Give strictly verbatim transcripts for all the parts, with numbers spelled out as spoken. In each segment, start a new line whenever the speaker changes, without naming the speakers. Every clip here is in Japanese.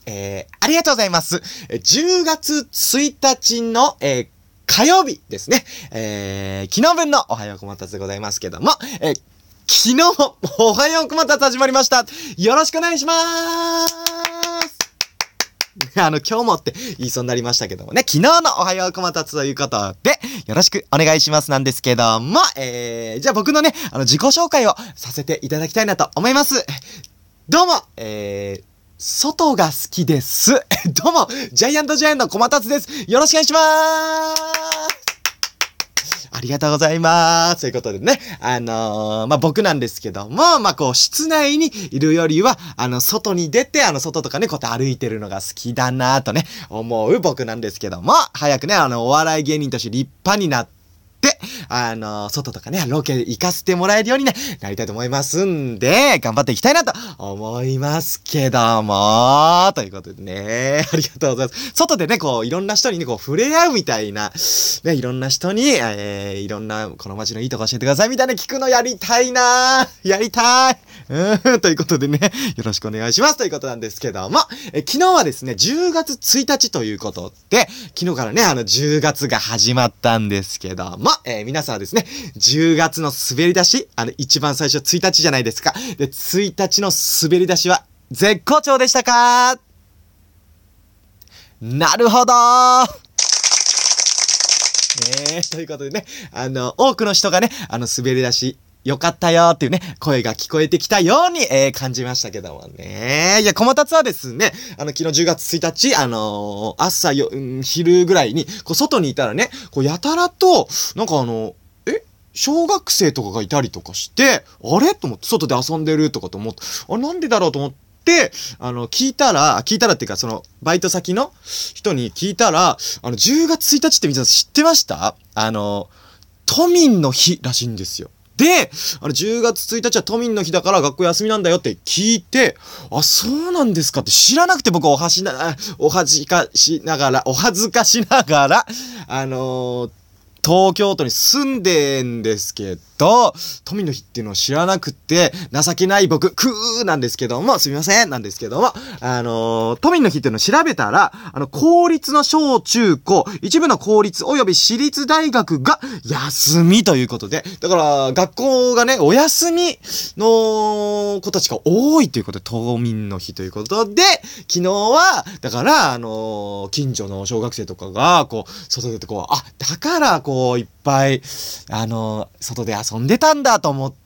えー、ありがとうございます。じゅうがつついたちの、えー、火曜日ですね。えー、昨日分のおはようこまたつでございますけども、えー、昨日もおはようこまたつ始まりました。よろしくお願いしまーす。あの、今日もって言いそうになりましたけどもね、昨日のおはようこまたつということで、よろしくお願いしますなんですけども、えー、じゃあ僕のね、あの、自己紹介をさせていただきたいなと思います。どうも、えー、外が好きです。どうも、ジャイアントジャイアンのこまたつです。よろしくお願いしまーす。ありがとうございます。ということでね、あのー、まあ、僕なんですけども、まあ、こう、室内にいるよりは、あの、外に出て、あの、外とかね、こうやって歩いてるのが好きだなとね、思う僕なんですけども、早くね、あの、お笑い芸人として立派になって、で、あの、外とかね、ロケ行かせてもらえるようにね、なりたいと思いますんで、頑張っていきたいなと思いますけども、ということでね、ありがとうございます。外でね、こう、いろんな人にね、こう、触れ合うみたいな、ね、いろんな人に、えー、いろんな、この街のいいとこ教えてくださいみたいな聞くのやりたいなやりたいうん、ということでね、よろしくお願いしますということなんですけども、え昨日はですね、じゅうがつついたちということで、昨日からね、あの、じゅうがつが始まったんですけども、えー、皆さんはですね、じゅうがつの滑り出し、あの、一番最初ついたちじゃないですか。で、ついたちの滑り出しは絶好調でしたか？なるほどーえー、ということでね、あの、多くの人がね、あの、滑り出し、よかったよーっていうね、声が聞こえてきたように、えー、感じましたけどもね。いや、こまたつはですね、あの、昨日じゅうがつついたち、あのー、朝よ、うん、昼ぐらいに、こう、外にいたらね、こう、やたらと、なんかあの、え小学生とかがいたりとかして、あれと思って、外で遊んでるとかと思って、あれなんでだろうと思って、で、あの、聞いたら、聞いたらっていうか、その、バイト先の人に聞いたら、あの、じゅうがつついたちって皆さん知ってました？あの、都民の日らしいんですよ。で、あの、じゅうがつついたちは都民の日だから学校休みなんだよって聞いて、あ、そうなんですかって知らなくて僕おはしな、お恥ずかしながら、お恥ずかしながら、あのー、東京都に住んでんですけど、都民の日っていうのを知らなくて、情けない僕、くーなんですけども、すみません、なんですけども、あのー、都民の日っていうのを調べたら、あの、公立の小中高、一部の公立及び私立大学が休みということで、だから、学校がね、お休みの子たちが多いということで、都民の日ということで、昨日は、だから、あのー、近所の小学生とかが、こう、外出てこう、あ、だから、こう、いっぱい、あの、外で遊んでたんだと思って、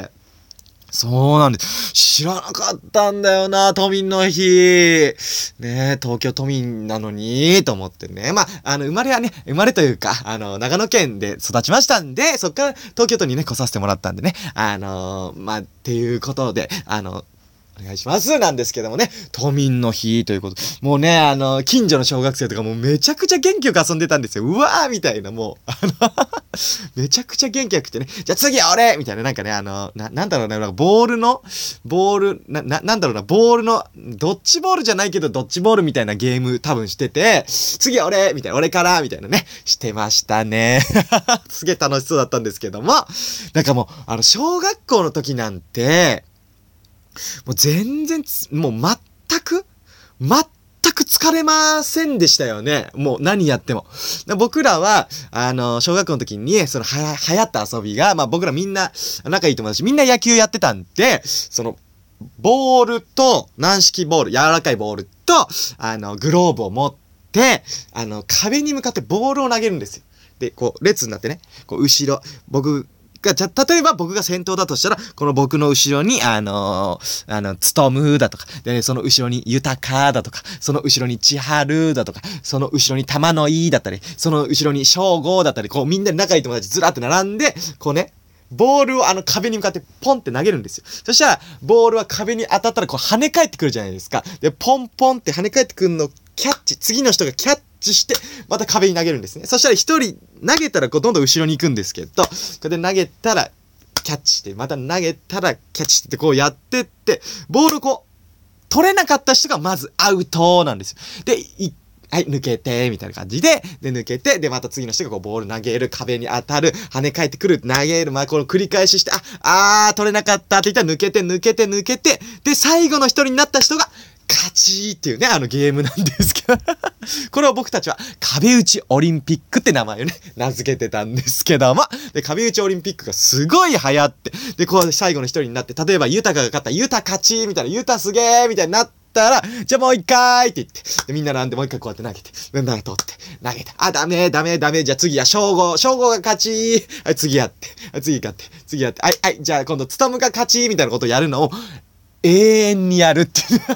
そうなんです。知らなかったんだよな、都民の日。ね、東京都民なのに、と思ってね。まあ、あの、生まれはね、生まれというか、あの、長野県で育ちましたんで、そっから東京都にね、来させてもらったんでね。あの、まあ、っていうことで、あの、お願いしますなんですけどもね、都民の日ということ。もうね、あの、近所の小学生とかもうめちゃくちゃ元気よく遊んでたんですよ。うわーみたいな、もう、あの、めちゃくちゃ元気よくてね、じゃあ次俺みたいな、なんかね、あの、な、なんだろうな、なんかボールの、ボール、な、な、なんだろうな、ボールの、ドッジボールじゃないけど、ドッジボールみたいなゲーム多分してて、次俺みたいな、俺からみたいなね、してましたね。すげえ楽しそうだったんですけども、なんかもう、あの、小学校の時なんて、もう全然つ、もう全く、全く疲れませんでしたよね。もう何やっても。僕らは、あの、小学校の時に、その、はや、流行った遊びが、まあ僕らみんな、仲いい友達、みんな野球やってたんで、その、ボールと、軟式ボール、柔らかいボールと、あの、グローブを持って、あの、壁に向かってボールを投げるんですよ。で、こう、列になってね、こう、後ろ、僕、じゃ、例えば僕が先頭だとしたら、この僕の後ろに、あのー、あの、つとむだとか、で、その後ろに豊かだとか、その後ろに千春だとか、その後ろに玉のいだったり、その後ろに正吾だったり、こうみんなで仲いい友達ずらって並んで、こうね、ボールをあの壁に向かってポンって投げるんですよ。そしたら、ボールは壁に当たったらこう跳ね返ってくるじゃないですか。で、ポンポンって跳ね返ってくるのをキャッチ、次の人がキャッチして、また壁に投げるんですね。そしたら一人投げたらこうどんどん後ろに行くんですけど、これで投げたらキャッチして、また投げたらキャッチしてこうやってって、ボールこう、取れなかった人がまずアウトなんですよ。で、いはい、抜けて、みたいな感じで、で、抜けて、で、また次の人がこう、ボール投げる、壁に当たる、跳ね返ってくる、投げる、まあ、この繰り返しして、あ、あー、取れなかったって言ったら、抜けて、抜けて、抜けて、で、最後の一人になった人が、 勝ちっていうね、あのゲームなんですけど、これを僕たちは壁打ちオリンピックって名前をね、名付けてたんですけども、で、壁打ちオリンピックがすごい流行って、で、こう最後の一人になって、例えばユタカが勝ったらユタ勝ちみたいな、ユタすげーみたいになって、たら、じゃあもう一回って言って、でみんななんでもう一回こうやって投げて、で、投げ取って、投げて、あ、ダメ、ダメ、ダメ、じゃあ次は正吾、正吾が勝ちはい、次やって、はい、次勝って、次やって、はい、はい、じゃあ今度、つとむが勝ちみたいなことをやるのを、永遠にやるっていう。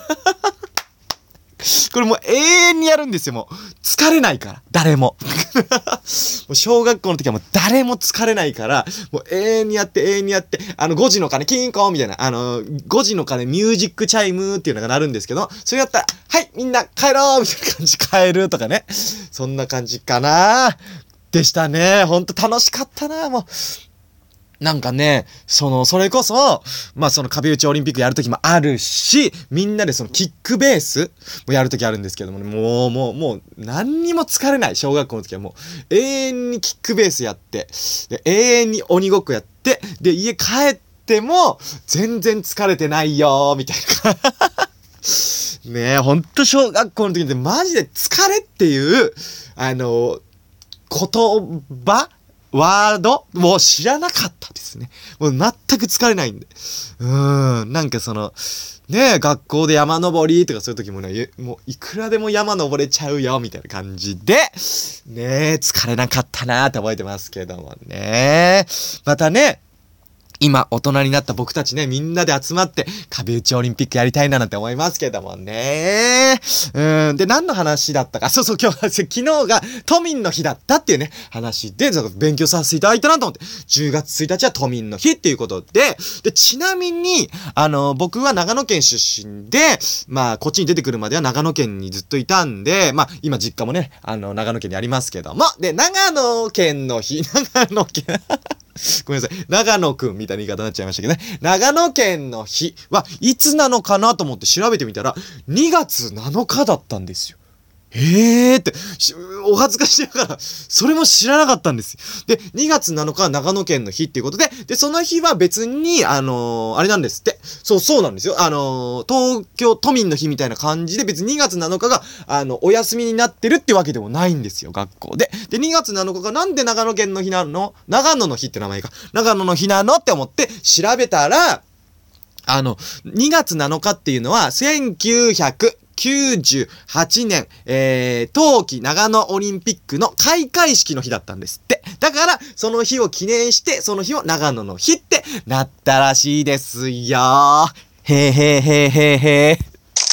これもう永遠にやるんですよ、もう。疲れないから、誰も。もう小学校の時はもう誰も疲れないから、もう永遠にやって、永遠にやって、あのごじの鐘、キンコンみたいな、あの、ごじの鐘ミュージックチャイムっていうのが鳴るんですけど、それやったら、はい、みんな帰ろうみたいな感じ、帰るとかね。そんな感じかなでしたね。ほんと楽しかったなもう。なんかね、その、それこそ、まあその壁打ちオリンピックやるときもあるし、みんなでそのキックベースもやるときあるんですけどもね、もう、もう、もう、何にも疲れない。小学校の時はもう、永遠にキックベースやって、で、永遠に鬼ごっこやって、で、家帰っても、全然疲れてないよー、みたいな。ねえ、ほんと小学校の時ってマジで疲れっていう、あの、言葉ワードもう知らなかったですね。もう全く疲れないんで。うーん。なんかその、ねえ、学校で山登りとかそういう時もね、もういくらでも山登れちゃうよ、みたいな感じで、ねえ、疲れなかったなーって覚えてますけどもね。またね、今、大人になった僕たちね、みんなで集まって、壁打ちオリンピックやりたいななんて思いますけどもね。うん。で、何の話だったか。そうそう、今日、昨日が都民の日だったっていうね、話で、勉強させていただいたなと思って、じゅうがつついたちは都民の日っていうことで、で、ちなみに、あの、僕は長野県出身で、まあ、こっちに出てくるまでは長野県にずっといたんで、まあ、今実家もね、あの、長野県にありますけども、で、長野県の日、長野県、ごめんなさい。長野くんみたいな言い方になっちゃいましたけどね。長野県の日はいつなのかなと思って調べてみたら、にがつなのかだったんですよ。へーって、お恥ずかしいから、それも知らなかったんですよ。で、にがつなのかは長野県の日っていうことで、で、その日は別に、あのー、あれなんですって。そう、そうなんですよ。あのー、東京都民の日みたいな感じで、別ににがつなのかが、あの、お休みになってるってわけでもないんですよ、学校で。で、にがつなのかがなんで長野県の日なの？長野の日って名前か。長野の日なのって思って調べたら、あの、にがつなのかっていうのは、せんきゅうひゃくきゅうじゅうはちねん、えー、冬季長野オリンピックの開会式の日だったんですって。だから、その日を記念して、その日を長野の日ってなったらしいですよー。へーへーへーへーへー。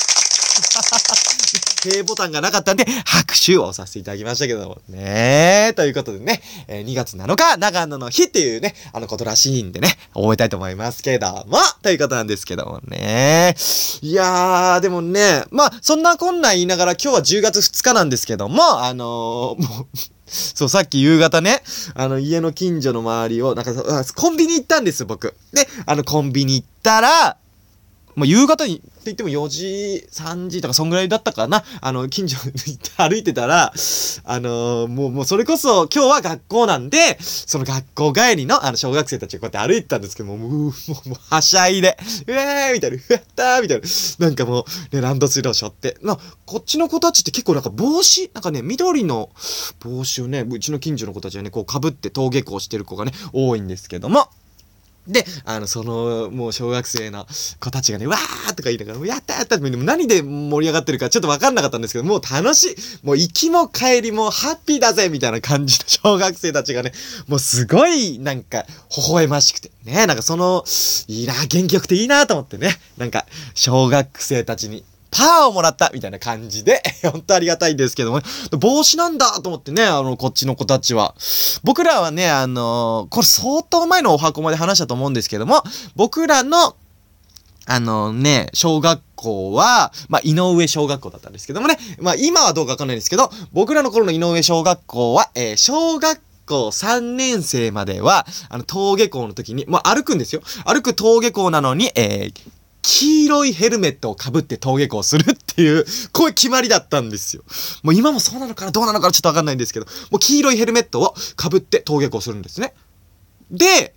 へーボタンがなかったんで、拍手をさせていただきましたけどもね。ということでね、えー、にがつなのか、長野の日っていうね、あのことらしいんでね、覚えたいと思いますけども、ということなんですけどもね。いやー、でもね、まあ、そんなこんなん言いながら今日はじゅうがつふつかなんですけども、あのー、もう、そう、さっき夕方ね、あの、家の近所の周りを、なんか、コンビニ行ったんです、僕。で、あの、コンビニ行ったら、もう夕方に、って言ってもよじ、さんじとかそんぐらいだったかな。あの、近所に行って歩いてたら、あのー、もう、もうそれこそ今日は学校なんで、その学校帰りの、あの、小学生たちがこうやって歩いてたんですけども、もう、もう、もうはしゃいで、うえーみたいな、やったーみたいな。なんかもう、ね、ランドセルを背負って。な、こっちの子たちって結構なんか帽子、なんかね、緑の帽子をね、うちの近所の子たちはね、こう被って登下校してる子がね、多いんですけども、で、あの、その、もう小学生の子たちがね、わーとか言いながら、やったやったって、何で盛り上がってるかちょっとわかんなかったんですけど、もう楽しい。もう行きも帰りもハッピーだぜみたいな感じの小学生たちがね、もうすごい、なんか、微笑ましくて。ね、なんかその、いいな、元気よくていいなと思ってね。なんか、小学生たちに、パーをもらったみたいな感じで、本当ありがたいんですけども、ね、帽子なんだと思ってね、あの、こっちの子たちは。僕らはね、あのー、これ相当前のお箱まで話したと思うんですけども、僕らの、あのね、小学校は、まあ、井上小学校だったんですけどもね、まあ、今はどうかわかんないんですけど、僕らの頃の井上小学校は、えー、小学校さんねん生までは、あの、登下校の時に、まあ、歩くんですよ。歩く登下校なのに、えー、黄色いヘルメットを被って登下校するっていう、こういう決まりだったんですよ。もう今もそうなのかなどうなのかなちょっとわかんないんですけど、もう黄色いヘルメットを被って登下校するんですね。で、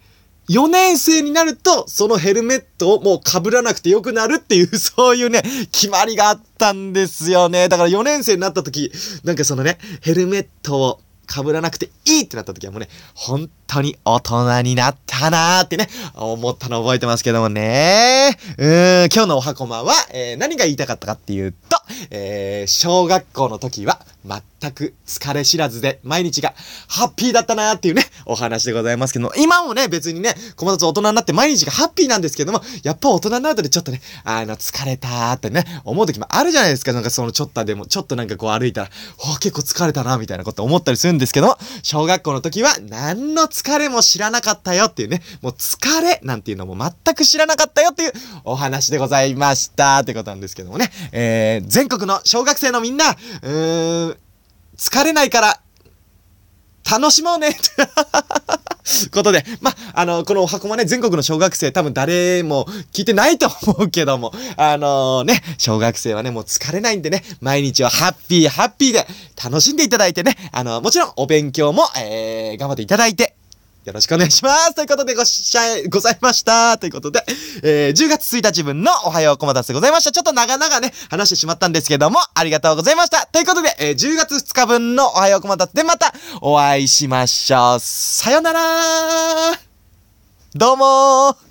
よねん生になると、そのヘルメットをもう被らなくてよくなるっていう、そういうね、決まりがあったんですよね。だからよねん生になった時、なんかそのね、ヘルメットを被らなくていいってなった時はもうね、本当に大人になったなーってね、思ったの覚えてますけどもね。うーん、今日のおはこまは、えー、何が言いたかったかっていうと、えー、小学校の時は全く疲れ知らずで毎日がハッピーだったなーっていうね、お話でございますけども、今もね、別にね、小松大人になって毎日がハッピーなんですけども、やっぱ大人になるとね、ちょっとね、あの、疲れたーってね、思う時もあるじゃないですか。なんかそのちょっとでも、ちょっとなんかこう歩いたら、お結構疲れたなみたいなこと思ったりするんですけども、小学校の時は何の疲れも知らなかったよっていうね、もう疲れなんていうのも全く知らなかったよっていうお話でございましたってことなんですけどもね、えー、全国の小学生のみんな、うーん、疲れないから楽しもうねことで、ま、あの、このお箱もね、全国の小学生多分誰も聞いてないと思うけども、あのー、ね、小学生はね、もう疲れないんでね、毎日はハッピーハッピーで楽しんでいただいてね、あの、もちろんお勉強も、えー、頑張っていただいて、よろしくお願いします。ということでごしゃい、ございました。ということで、えー、じゅうがつついたち分のおはようこまたつでございました。ちょっと長々ね、話してしまったんですけども、ありがとうございました。ということで、えー、じゅうがつふつか分のおはようこまたつでまたお会いしましょう。さよならー。どうもー。